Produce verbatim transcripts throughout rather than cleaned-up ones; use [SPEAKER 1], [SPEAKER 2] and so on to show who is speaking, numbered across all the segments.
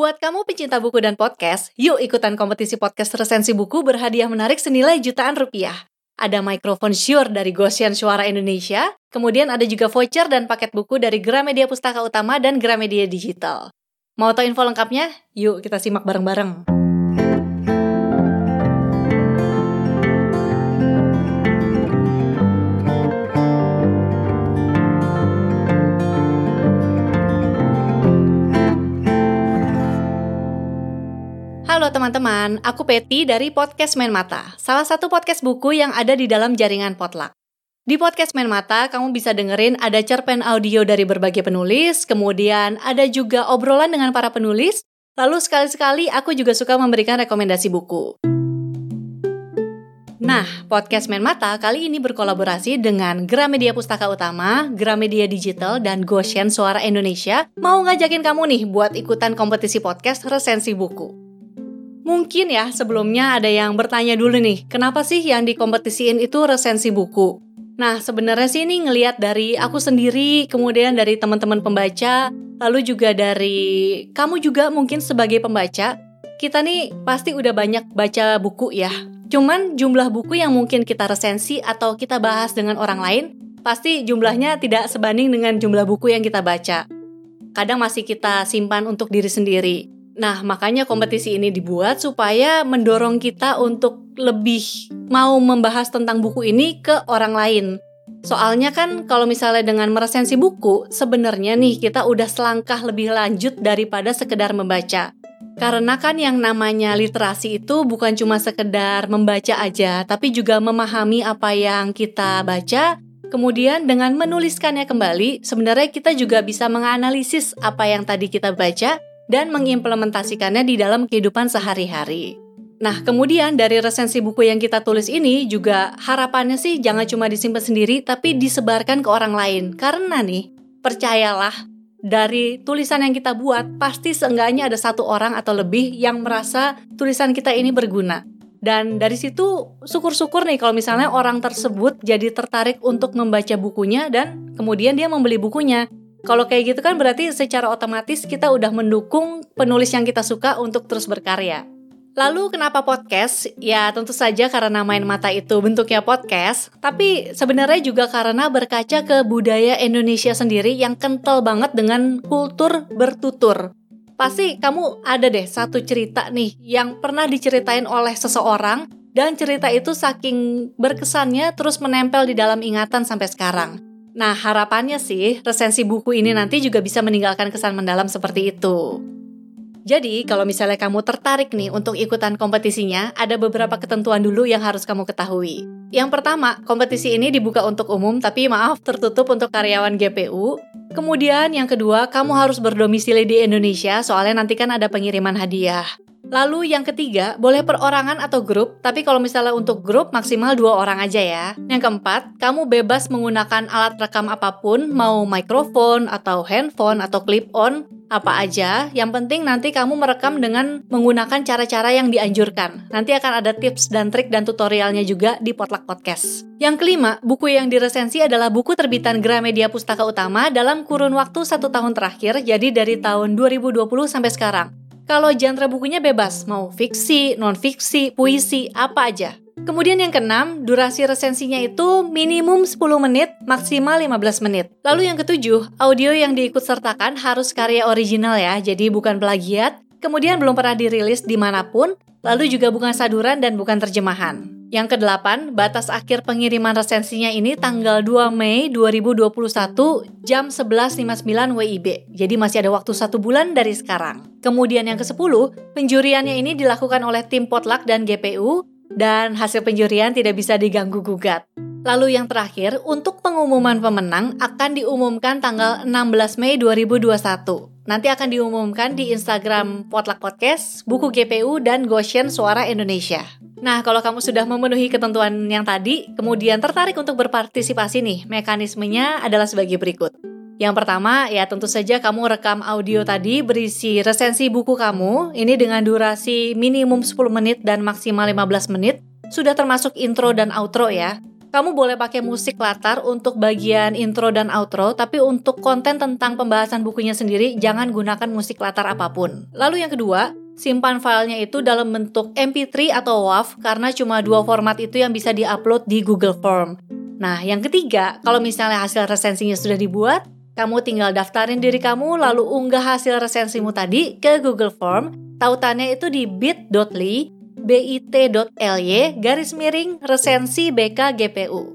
[SPEAKER 1] Buat kamu pecinta buku dan podcast, yuk ikutan kompetisi podcast resensi buku berhadiah menarik senilai jutaan rupiah. Ada microphone Shure dari Goshen Suara Indonesia, kemudian ada juga voucher dan paket buku dari Gramedia Pustaka Utama dan Gramedia Digital. Mau tahu info lengkapnya? Yuk kita simak bareng-bareng. Halo teman-teman, aku Peti dari Podcast Main Mata, salah satu podcast buku yang ada di dalam jaringan Potluck. Di Podcast Main Mata, kamu bisa dengerin ada cerpen audio dari berbagai penulis, kemudian ada juga obrolan dengan para penulis, lalu sekali-sekali aku juga suka memberikan rekomendasi buku. Nah, Podcast Main Mata kali ini berkolaborasi dengan Gramedia Pustaka Utama, Gramedia Digital, dan Goshen Suara Indonesia mau ngajakin kamu nih buat ikutan kompetisi podcast resensi buku. Mungkin ya sebelumnya ada yang bertanya dulu nih, kenapa sih yang dikompetisiin itu resensi buku? Nah sebenarnya sih ini ngelihat dari aku sendiri, kemudian dari teman-teman pembaca, lalu juga dari kamu juga mungkin sebagai pembaca, kita nih pasti udah banyak baca buku ya. Cuman jumlah buku yang mungkin kita resensi atau kita bahas dengan orang lain, pasti jumlahnya tidak sebanding dengan jumlah buku yang kita baca. Kadang masih kita simpan untuk diri sendiri. Nah, makanya kompetisi ini dibuat supaya mendorong kita untuk lebih mau membahas tentang buku ini ke orang lain. Soalnya kan kalau misalnya dengan meresensi buku, sebenarnya nih kita udah selangkah lebih lanjut daripada sekedar membaca. Karena kan yang namanya literasi itu bukan cuma sekedar membaca aja, tapi juga memahami apa yang kita baca. Kemudian dengan menuliskannya kembali, sebenarnya kita juga bisa menganalisis apa yang tadi kita baca dan mengimplementasikannya di dalam kehidupan sehari-hari. Nah, kemudian dari resensi buku yang kita tulis ini juga harapannya sih jangan cuma disimpan sendiri, tapi disebarkan ke orang lain. Karena nih, percayalah, dari tulisan yang kita buat, pasti seenggaknya ada satu orang atau lebih yang merasa tulisan kita ini berguna. Dan dari situ, syukur-syukur nih kalau misalnya orang tersebut jadi tertarik untuk membaca bukunya dan kemudian dia membeli bukunya. Kalau kayak gitu kan berarti secara otomatis kita udah mendukung penulis yang kita suka untuk terus berkarya. Lalu kenapa podcast? Ya tentu saja karena Main Mata itu bentuknya podcast, tapi sebenarnya juga karena berkaca ke budaya Indonesia sendiri yang kental banget dengan kultur bertutur. Pasti kamu ada deh satu cerita nih yang pernah diceritain oleh seseorang dan cerita itu saking berkesannya terus menempel di dalam ingatan sampai sekarang. Nah, harapannya sih resensi buku ini nanti juga bisa meninggalkan kesan mendalam seperti itu. Jadi, kalau misalnya kamu tertarik nih untuk ikutan kompetisinya, ada beberapa ketentuan dulu yang harus kamu ketahui. Yang pertama, kompetisi ini dibuka untuk umum, tapi maaf tertutup untuk karyawan G P U. Kemudian yang kedua, kamu harus berdomisili di Indonesia, soalnya nanti kan ada pengiriman hadiah. Lalu yang ketiga, boleh perorangan atau grup, tapi kalau misalnya untuk grup maksimal dua orang aja ya. Yang keempat, kamu bebas menggunakan alat rekam apapun, mau mikrofon atau handphone atau clip-on, apa aja. Yang penting nanti kamu merekam dengan menggunakan cara-cara yang dianjurkan. Nanti akan ada tips dan trik dan tutorialnya juga di Potluck Podcast. Yang kelima, buku yang diresensi adalah buku terbitan Gramedia Pustaka Utama dalam kurun waktu satu tahun terakhir, jadi dari tahun dua ribu dua puluh sampai sekarang. Kalau genre bukunya bebas, mau fiksi, non-fiksi, puisi, apa aja. Kemudian yang keenam, durasi resensinya itu minimum sepuluh menit, maksimal lima belas menit. Lalu yang ketujuh, audio yang diikutsertakan harus karya original ya, jadi bukan plagiat. Kemudian belum pernah dirilis dimanapun, lalu juga bukan saduran dan bukan terjemahan. Yang kedelapan, batas akhir pengiriman resensinya ini tanggal dua Mei dua ribu dua puluh satu jam sebelas lima puluh sembilan W I B. Jadi masih ada waktu satu bulan dari sekarang. Kemudian yang kesepuluh, penjuriannya ini dilakukan oleh tim Potluck dan G P U dan hasil penjurian tidak bisa diganggu-gugat. Lalu yang terakhir, untuk pengumuman pemenang akan diumumkan tanggal enam belas Mei dua ribu dua puluh satu. Nanti akan diumumkan di Instagram Potluck Podcast, buku G P U, dan Goshen Suara Indonesia. Nah, kalau kamu sudah memenuhi ketentuan yang tadi, kemudian tertarik untuk berpartisipasi nih, mekanismenya adalah sebagai berikut. Yang pertama, ya tentu saja kamu rekam audio tadi berisi resensi buku kamu, ini dengan durasi minimum sepuluh menit dan maksimal lima belas menit, sudah termasuk intro dan outro ya. Kamu boleh pakai musik latar untuk bagian intro dan outro, tapi untuk konten tentang pembahasan bukunya sendiri, jangan gunakan musik latar apapun. Lalu yang kedua, simpan filenya itu dalam bentuk M P tiga atau W A V, karena cuma dua format itu yang bisa di-upload di Google Form. Nah, yang ketiga, kalau misalnya hasil resensinya sudah dibuat, kamu tinggal daftarin diri kamu, lalu unggah hasil resensimu tadi ke Google Form. Tautannya itu di bit.ly bit.ly garis miring resensi B K G P U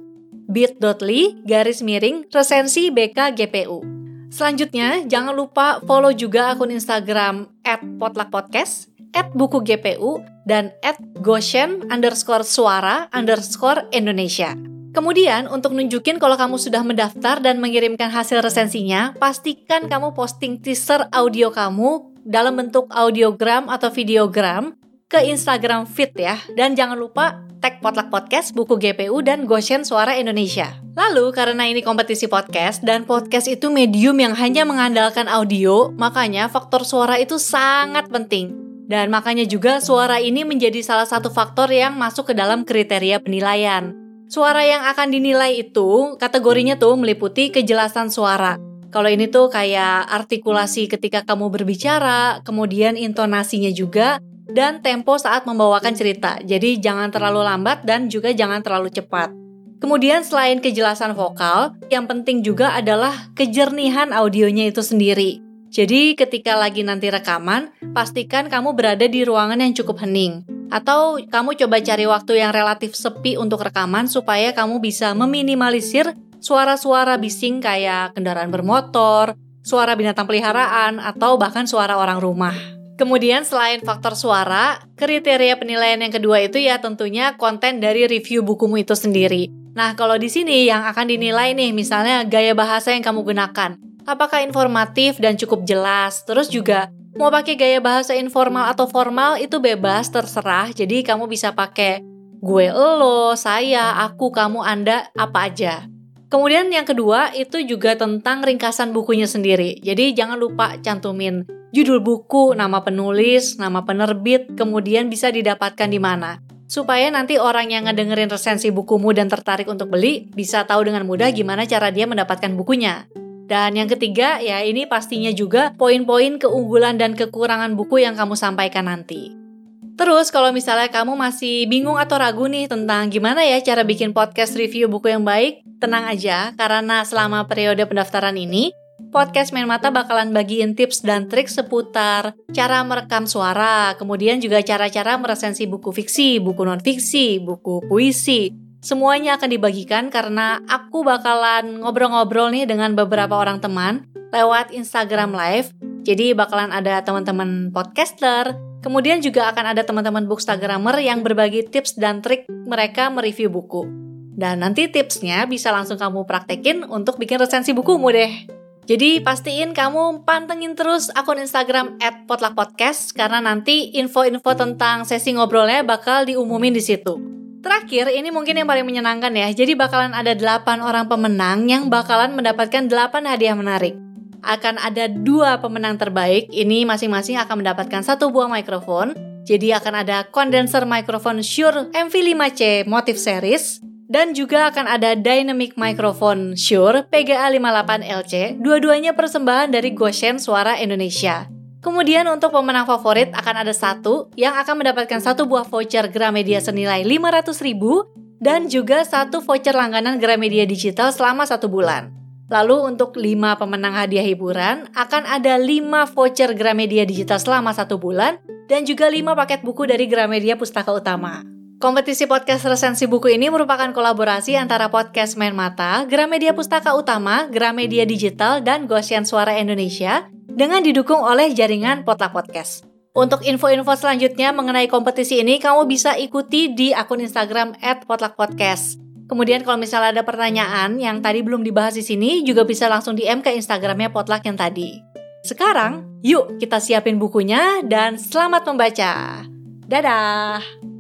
[SPEAKER 1] bit.ly garis miring resensi B K G P U. Selanjutnya, jangan lupa follow juga akun Instagram at potluckpodcast, at buku G P U, dan at goshen underscore suara underscore Indonesia. Kemudian, untuk nunjukin kalau kamu sudah mendaftar dan mengirimkan hasil resensinya, pastikan kamu posting teaser audio kamu dalam bentuk audiogram atau videogram ke Instagram feed ya. Dan jangan lupa tag Potluck Podcast, Buku G P U, dan Goshen Suara Indonesia. Lalu, karena ini kompetisi podcast, dan podcast itu medium yang hanya mengandalkan audio, makanya faktor suara itu sangat penting. Dan makanya juga suara ini menjadi salah satu faktor yang masuk ke dalam kriteria penilaian. Suara yang akan dinilai itu, kategorinya tuh meliputi kejelasan suara. Kalau ini tuh kayak artikulasi ketika kamu berbicara, kemudian intonasinya juga, dan tempo saat membawakan cerita. Jadi jangan terlalu lambat dan juga jangan terlalu cepat. Kemudian selain kejelasan vokal, yang penting juga adalah kejernihan audionya itu sendiri. Jadi ketika lagi nanti rekaman, pastikan kamu berada di ruangan yang cukup hening. Atau kamu coba cari waktu yang relatif sepi untuk rekaman supaya kamu bisa meminimalisir suara-suara bising kayak kendaraan bermotor, suara binatang peliharaan, atau bahkan suara orang rumah. Kemudian selain faktor suara, kriteria penilaian yang kedua itu ya tentunya konten dari review bukumu itu sendiri. Nah, kalau di sini yang akan dinilai nih, misalnya gaya bahasa yang kamu gunakan. Apakah informatif dan cukup jelas? Terus juga mau pakai gaya bahasa informal atau formal itu bebas, terserah. Jadi kamu bisa pakai gue, elo, saya, aku, kamu, anda, apa aja. Kemudian yang kedua itu juga tentang ringkasan bukunya sendiri. Jadi jangan lupa cantumin judul buku, nama penulis, nama penerbit, kemudian bisa didapatkan di mana. Supaya nanti orang yang ngedengerin resensi bukumu dan tertarik untuk beli, bisa tahu dengan mudah gimana cara dia mendapatkan bukunya. Dan yang ketiga, ya ini pastinya juga poin-poin keunggulan dan kekurangan buku yang kamu sampaikan nanti. Terus kalau misalnya kamu masih bingung atau ragu nih tentang gimana ya cara bikin podcast review buku yang baik, tenang aja, karena selama periode pendaftaran ini, Podcast Main Mata bakalan bagiin tips dan trik seputar cara merekam suara, kemudian juga cara-cara meresensi buku fiksi, buku non-fiksi, buku puisi. Semuanya akan dibagikan karena aku bakalan ngobrol-ngobrol nih dengan beberapa orang teman lewat Instagram Live. Jadi bakalan ada teman-teman podcaster, kemudian juga akan ada teman-teman bookstagrammer yang berbagi tips dan trik mereka mereview buku. Dan nanti tipsnya bisa langsung kamu praktekin untuk bikin resensi bukumu deh. Jadi pastiin kamu pantengin terus akun Instagram at potluckpodcast karena nanti info-info tentang sesi ngobrolnya bakal diumumin di situ. Terakhir, ini mungkin yang paling menyenangkan ya. Jadi bakalan ada delapan orang pemenang yang bakalan mendapatkan delapan hadiah menarik. Akan ada dua pemenang terbaik, ini masing-masing akan mendapatkan satu buah mikrofon. Jadi akan ada condenser microphone Shure M V lima C Motif Series. Dan juga akan ada Dynamic Microphone Shure P G A lima puluh delapan L C, dua-duanya persembahan dari Goshen Suara Indonesia. Kemudian untuk pemenang favorit akan ada satu yang akan mendapatkan satu buah voucher Gramedia senilai lima ratus ribu dan juga satu voucher langganan Gramedia Digital selama satu bulan. Lalu untuk lima pemenang hadiah hiburan akan ada lima voucher Gramedia Digital selama satu bulan dan juga lima paket buku dari Gramedia Pustaka Utama. Kompetisi podcast resensi buku ini merupakan kolaborasi antara Podcast Main Mata, Gramedia Pustaka Utama, Gramedia Digital, dan Goshen Suara Indonesia dengan didukung oleh jaringan Potluck Podcast. Untuk info-info selanjutnya mengenai kompetisi ini, kamu bisa ikuti di akun Instagram at potluckpodcast. Kemudian kalau misalnya ada pertanyaan yang tadi belum dibahas di sini, juga bisa langsung D M ke Instagramnya Potluck yang tadi. Sekarang, yuk kita siapin bukunya dan selamat membaca. Dadah!